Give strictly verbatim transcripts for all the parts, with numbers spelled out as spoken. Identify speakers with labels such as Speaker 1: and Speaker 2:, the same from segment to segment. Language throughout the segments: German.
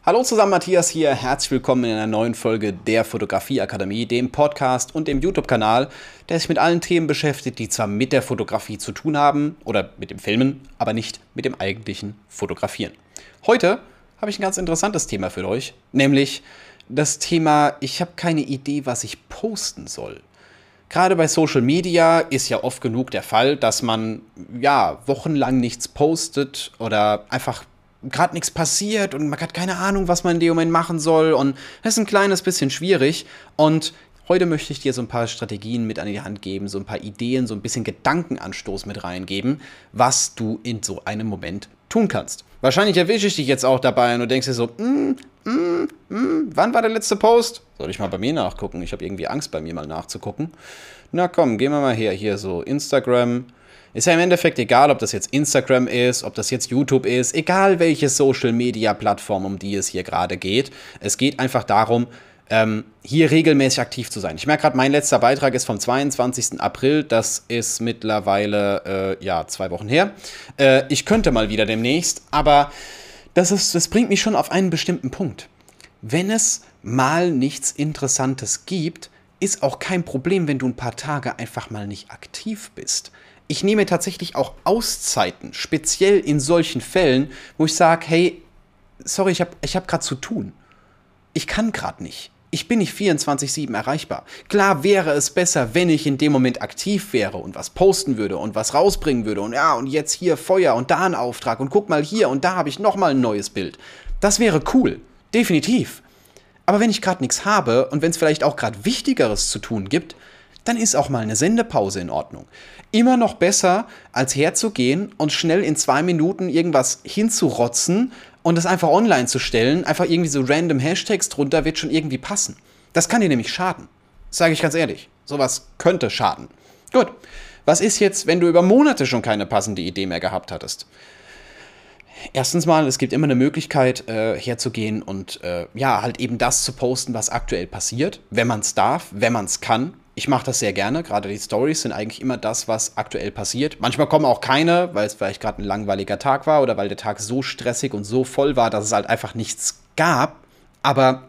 Speaker 1: Hallo zusammen, Matthias hier. Herzlich willkommen in einer neuen Folge der Fotografie-Akademie, dem Podcast und dem YouTube-Kanal, der sich mit allen Themen beschäftigt, die zwar mit der Fotografie zu tun haben oder mit dem Filmen, aber nicht mit dem eigentlichen Fotografieren. Heute habe ich ein ganz interessantes Thema für euch, nämlich das Thema, ich habe keine Idee, was ich posten soll. Gerade bei Social Media ist ja oft genug der Fall, dass man ja wochenlang nichts postet oder einfach gerade nichts passiert und man hat keine Ahnung, was man in dem Moment machen soll und das ist ein kleines bisschen schwierig. Und heute möchte ich dir so ein paar Strategien mit an die Hand geben, so ein paar Ideen, so ein bisschen Gedankenanstoß mit reingeben, was du in so einem Moment tun kannst. Wahrscheinlich erwische ich dich jetzt auch dabei und du denkst dir so, mm, mm, mm, wann war der letzte Post? Soll ich mal bei mir nachgucken? Ich habe irgendwie Angst, bei mir mal nachzugucken. Na komm, gehen wir mal her, hier so Instagram. Ist ja im Endeffekt egal, ob das jetzt Instagram ist, ob das jetzt YouTube ist, egal welche Social-Media-Plattform, um die es hier gerade geht. Es geht einfach darum, ähm, hier regelmäßig aktiv zu sein. Ich merke gerade, mein letzter Beitrag ist vom zweiundzwanzigsten April. Das ist mittlerweile, äh, ja, zwei Wochen her. Äh, ich könnte mal wieder demnächst, aber das, ist, das bringt mich schon auf einen bestimmten Punkt. Wenn es mal nichts Interessantes gibt, ist auch kein Problem, wenn du ein paar Tage einfach mal nicht aktiv bist. Ich nehme tatsächlich auch Auszeiten, speziell in solchen Fällen, wo ich sage, hey, sorry, ich habe ich hab gerade zu tun. Ich kann gerade nicht. Ich bin nicht vierundzwanzig sieben erreichbar. Klar wäre es besser, wenn ich in dem Moment aktiv wäre und was posten würde und was rausbringen würde und ja, und jetzt hier Feuer und da ein Auftrag und guck mal hier und da habe ich nochmal ein neues Bild. Das wäre cool, definitiv. Aber wenn ich gerade nichts habe und wenn es vielleicht auch gerade Wichtigeres zu tun gibt, dann ist auch mal eine Sendepause in Ordnung. Immer noch besser, als herzugehen und schnell in zwei Minuten irgendwas hinzurotzen und das einfach online zu stellen, einfach irgendwie so random Hashtags drunter, wird schon irgendwie passen. Das kann dir nämlich schaden. Sage ich ganz ehrlich. Sowas könnte schaden. Gut, was ist jetzt, wenn du über Monate schon keine passende Idee mehr gehabt hattest? Erstens mal, es gibt immer eine Möglichkeit, äh, herzugehen und äh, ja, halt eben das zu posten, was aktuell passiert, wenn man es darf, wenn man es kann. Ich mache das sehr gerne, gerade die Stories sind eigentlich immer das, was aktuell passiert. Manchmal kommen auch keine, weil es vielleicht gerade ein langweiliger Tag war oder weil der Tag so stressig und so voll war, dass es halt einfach nichts gab. Aber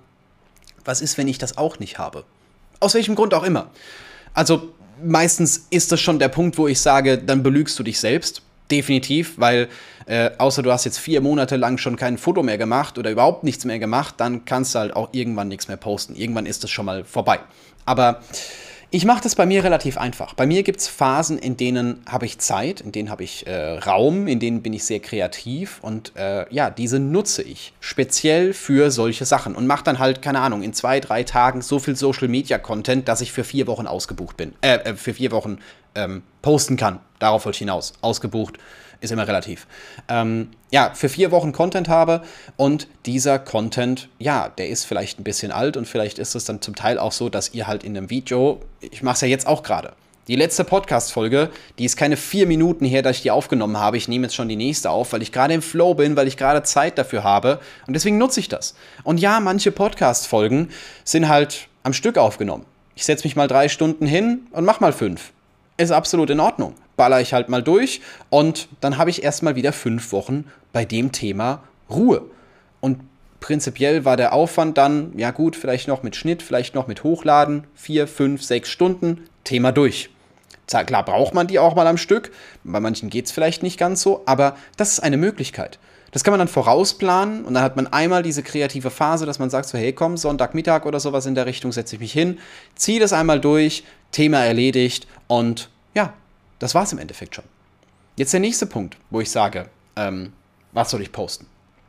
Speaker 1: was ist, wenn ich das auch nicht habe? Aus welchem Grund auch immer. Also meistens ist das schon der Punkt, wo ich sage, dann belügst du dich selbst. Definitiv, weil äh, außer du hast jetzt vier Monate lang schon kein Foto mehr gemacht oder überhaupt nichts mehr gemacht, dann kannst du halt auch irgendwann nichts mehr posten. Irgendwann ist das schon mal vorbei. Aber ich mache das bei mir relativ einfach. Bei mir gibt es Phasen, in denen habe ich Zeit, in denen habe ich äh, Raum, in denen bin ich sehr kreativ und äh, ja, diese nutze ich speziell für solche Sachen und mache dann halt, keine Ahnung, in zwei, drei Tagen so viel Social-Media-Content, dass ich für vier Wochen ausgebucht bin, äh, für vier Wochen ähm, posten kann. Darauf wollte ich hinaus. Ausgebucht ist immer relativ. Ähm, ja, für vier Wochen Content habe und dieser Content, ja, der ist vielleicht ein bisschen alt und vielleicht ist es dann zum Teil auch so, dass ihr halt in einem Video, ich mache es ja jetzt auch gerade, die letzte Podcast-Folge, die ist keine vier Minuten her, dass ich die aufgenommen habe. Ich nehme jetzt schon die nächste auf, weil ich gerade im Flow bin, weil ich gerade Zeit dafür habe und deswegen nutze ich das. Und ja, manche Podcast-Folgen sind halt am Stück aufgenommen. Ich setze mich mal drei Stunden hin und mach mal fünf. Ist absolut in Ordnung. Baller ich halt mal durch und dann habe ich erstmal wieder fünf Wochen bei dem Thema Ruhe. Und prinzipiell war der Aufwand dann, ja gut, vielleicht noch mit Schnitt, vielleicht noch mit Hochladen, vier, fünf, sechs Stunden, Thema durch. Klar braucht man die auch mal am Stück, bei manchen geht es vielleicht nicht ganz so, aber das ist eine Möglichkeit. Das kann man dann vorausplanen und dann hat man einmal diese kreative Phase, dass man sagt so, hey komm, Sonntagmittag oder sowas in der Richtung setze ich mich hin, ziehe das einmal durch, Thema erledigt und ja, das war's im Endeffekt schon. Jetzt der nächste Punkt, wo ich sage, ähm, was soll ich posten?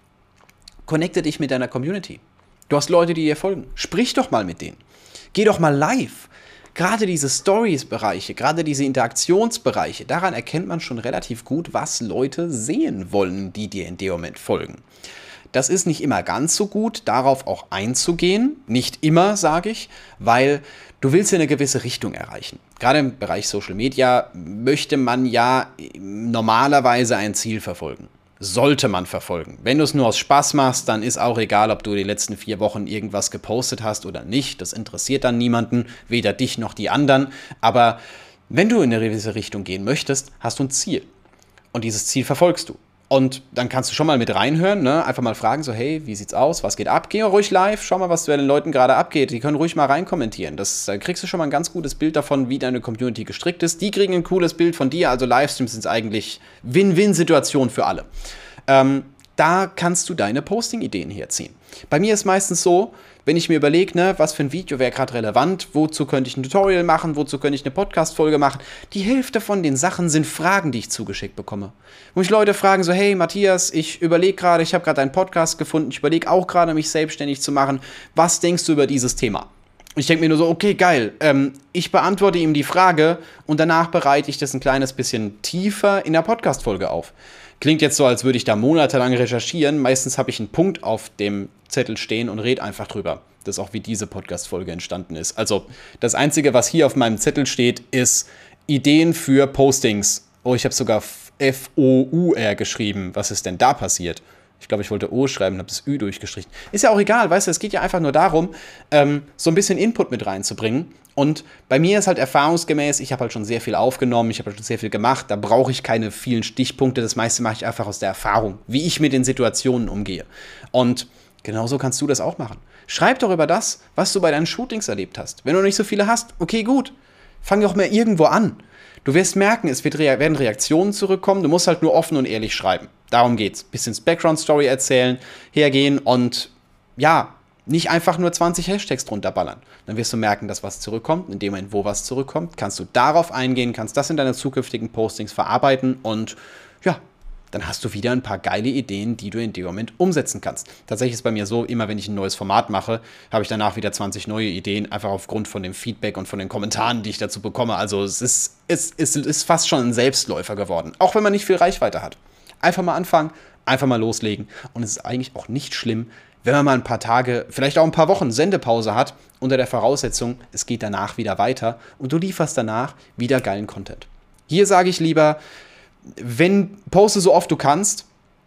Speaker 1: Connecte dich mit deiner Community. Du hast Leute, die dir folgen. Sprich doch mal mit denen. Geh doch mal live. Gerade diese Stories-Bereiche, gerade diese Interaktionsbereiche, daran erkennt man schon relativ gut, was Leute sehen wollen, die dir in dem Moment folgen. Das ist nicht immer ganz so gut, darauf auch einzugehen. Nicht immer, sage ich, weil du willst ja eine gewisse Richtung erreichen. Gerade im Bereich Social Media möchte man ja normalerweise ein Ziel verfolgen. Sollte man verfolgen. Wenn du es nur aus Spaß machst, dann ist auch egal, ob du die letzten vier Wochen irgendwas gepostet hast oder nicht. Das interessiert dann niemanden, weder dich noch die anderen. Aber wenn du in eine gewisse Richtung gehen möchtest, hast du ein Ziel. Und dieses Ziel verfolgst du. Und dann kannst du schon mal mit reinhören, ne? Einfach mal fragen, so, hey, wie sieht's aus? Was geht ab? Geh mal ruhig live, schau mal, was bei den Leuten gerade abgeht. Die können ruhig mal reinkommentieren. Das, da kriegst du schon mal ein ganz gutes Bild davon, wie deine Community gestrickt ist. Die kriegen ein cooles Bild von dir. Also Livestreams sind eigentlich Win-Win-Situation für alle. Ähm, da kannst du deine Posting-Ideen herziehen. Bei mir ist meistens so, wenn ich mir überlege, ne, was für ein Video wäre gerade relevant, wozu könnte ich ein Tutorial machen, wozu könnte ich eine Podcast-Folge machen, die Hälfte von den Sachen sind Fragen, die ich zugeschickt bekomme. Wo mich Leute fragen so, hey Matthias, ich überlege gerade, ich habe gerade einen Podcast gefunden, ich überlege auch gerade, mich selbstständig zu machen, was denkst du über dieses Thema? Und ich denke mir nur so, okay, geil, ähm, ich beantworte ihm die Frage und danach bereite ich das ein kleines bisschen tiefer in der Podcast-Folge auf. Klingt jetzt so, als würde ich da monatelang recherchieren. Meistens habe ich einen Punkt auf dem Zettel stehen und rede einfach drüber. Das ist auch, wie diese Podcast-Folge entstanden ist. Also, das Einzige, was hier auf meinem Zettel steht, ist Ideen für Postings. Oh, ich habe sogar F O U R geschrieben. Was ist denn da passiert? Ich glaube, ich wollte O schreiben und habe das Ü durchgestrichen. Ist ja auch egal, weißt du, es geht ja einfach nur darum, ähm, so ein bisschen Input mit reinzubringen. Und bei mir ist halt erfahrungsgemäß, ich habe halt schon sehr viel aufgenommen, ich habe halt schon sehr viel gemacht, da brauche ich keine vielen Stichpunkte, das meiste mache ich einfach aus der Erfahrung, wie ich mit den Situationen umgehe. Und genauso kannst du das auch machen. Schreib doch über das, was du bei deinen Shootings erlebt hast. Wenn du nicht so viele hast, okay, gut, fang doch mal irgendwo an. Du wirst merken, es wird rea- werden Reaktionen zurückkommen, du musst halt nur offen und ehrlich schreiben. Darum geht's. Bisschen Background-Story erzählen, hergehen und ja, nicht einfach nur zwanzig Hashtags drunter ballern. Dann wirst du merken, dass was zurückkommt. In dem Moment, wo was zurückkommt, kannst du darauf eingehen, kannst das in deine zukünftigen Postings verarbeiten und ja, dann hast du wieder ein paar geile Ideen, die du in dem Moment umsetzen kannst. Tatsächlich ist es bei mir so, immer wenn ich ein neues Format mache, habe ich danach wieder zwanzig neue Ideen, einfach aufgrund von dem Feedback und von den Kommentaren, die ich dazu bekomme. Also es ist, es ist, es ist fast schon ein Selbstläufer geworden, auch wenn man nicht viel Reichweite hat. Einfach mal anfangen, einfach mal loslegen und es ist eigentlich auch nicht schlimm, wenn man mal ein paar Tage, vielleicht auch ein paar Wochen Sendepause hat, unter der Voraussetzung, es geht danach wieder weiter und du lieferst danach wieder geilen Content. Hier sage ich lieber, wenn poste so oft du kannst,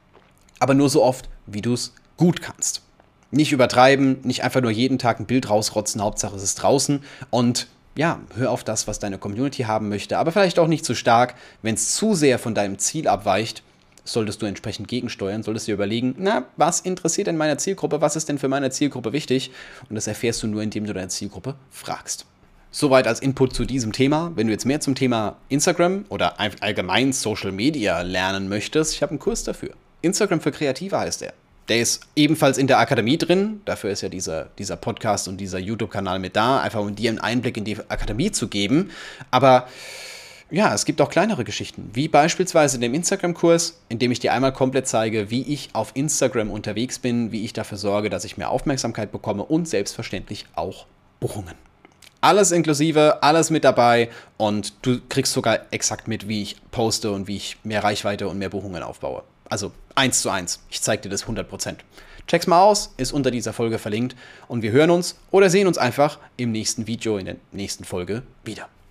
Speaker 1: aber nur so oft, wie du es gut kannst. Nicht übertreiben, nicht einfach nur jeden Tag ein Bild rausrotzen, Hauptsache es ist draußen und ja, hör auf das, was deine Community haben möchte, aber vielleicht auch nicht zu stark, wenn es zu sehr von deinem Ziel abweicht, solltest du entsprechend gegensteuern, solltest dir überlegen, na, was interessiert denn meiner Zielgruppe, was ist denn für meine Zielgruppe wichtig? Und das erfährst du nur, indem du deine Zielgruppe fragst. Soweit als Input zu diesem Thema. Wenn du jetzt mehr zum Thema Instagram oder allgemein Social Media lernen möchtest, ich habe einen Kurs dafür. Instagram für Kreative heißt er. Der ist ebenfalls in der Akademie drin. Dafür ist ja dieser, dieser Podcast und dieser YouTube-Kanal mit da, einfach um dir einen Einblick in die Akademie zu geben. Aber ja, es gibt auch kleinere Geschichten, wie beispielsweise in dem Instagram-Kurs, in dem ich dir einmal komplett zeige, wie ich auf Instagram unterwegs bin, wie ich dafür sorge, dass ich mehr Aufmerksamkeit bekomme und selbstverständlich auch Buchungen. Alles inklusive, alles mit dabei und du kriegst sogar exakt mit, wie ich poste und wie ich mehr Reichweite und mehr Buchungen aufbaue. Also eins zu eins. Ich zeige dir das hundert Prozent. Check's mal aus, ist unter dieser Folge verlinkt und wir hören uns oder sehen uns einfach im nächsten Video in der nächsten Folge wieder.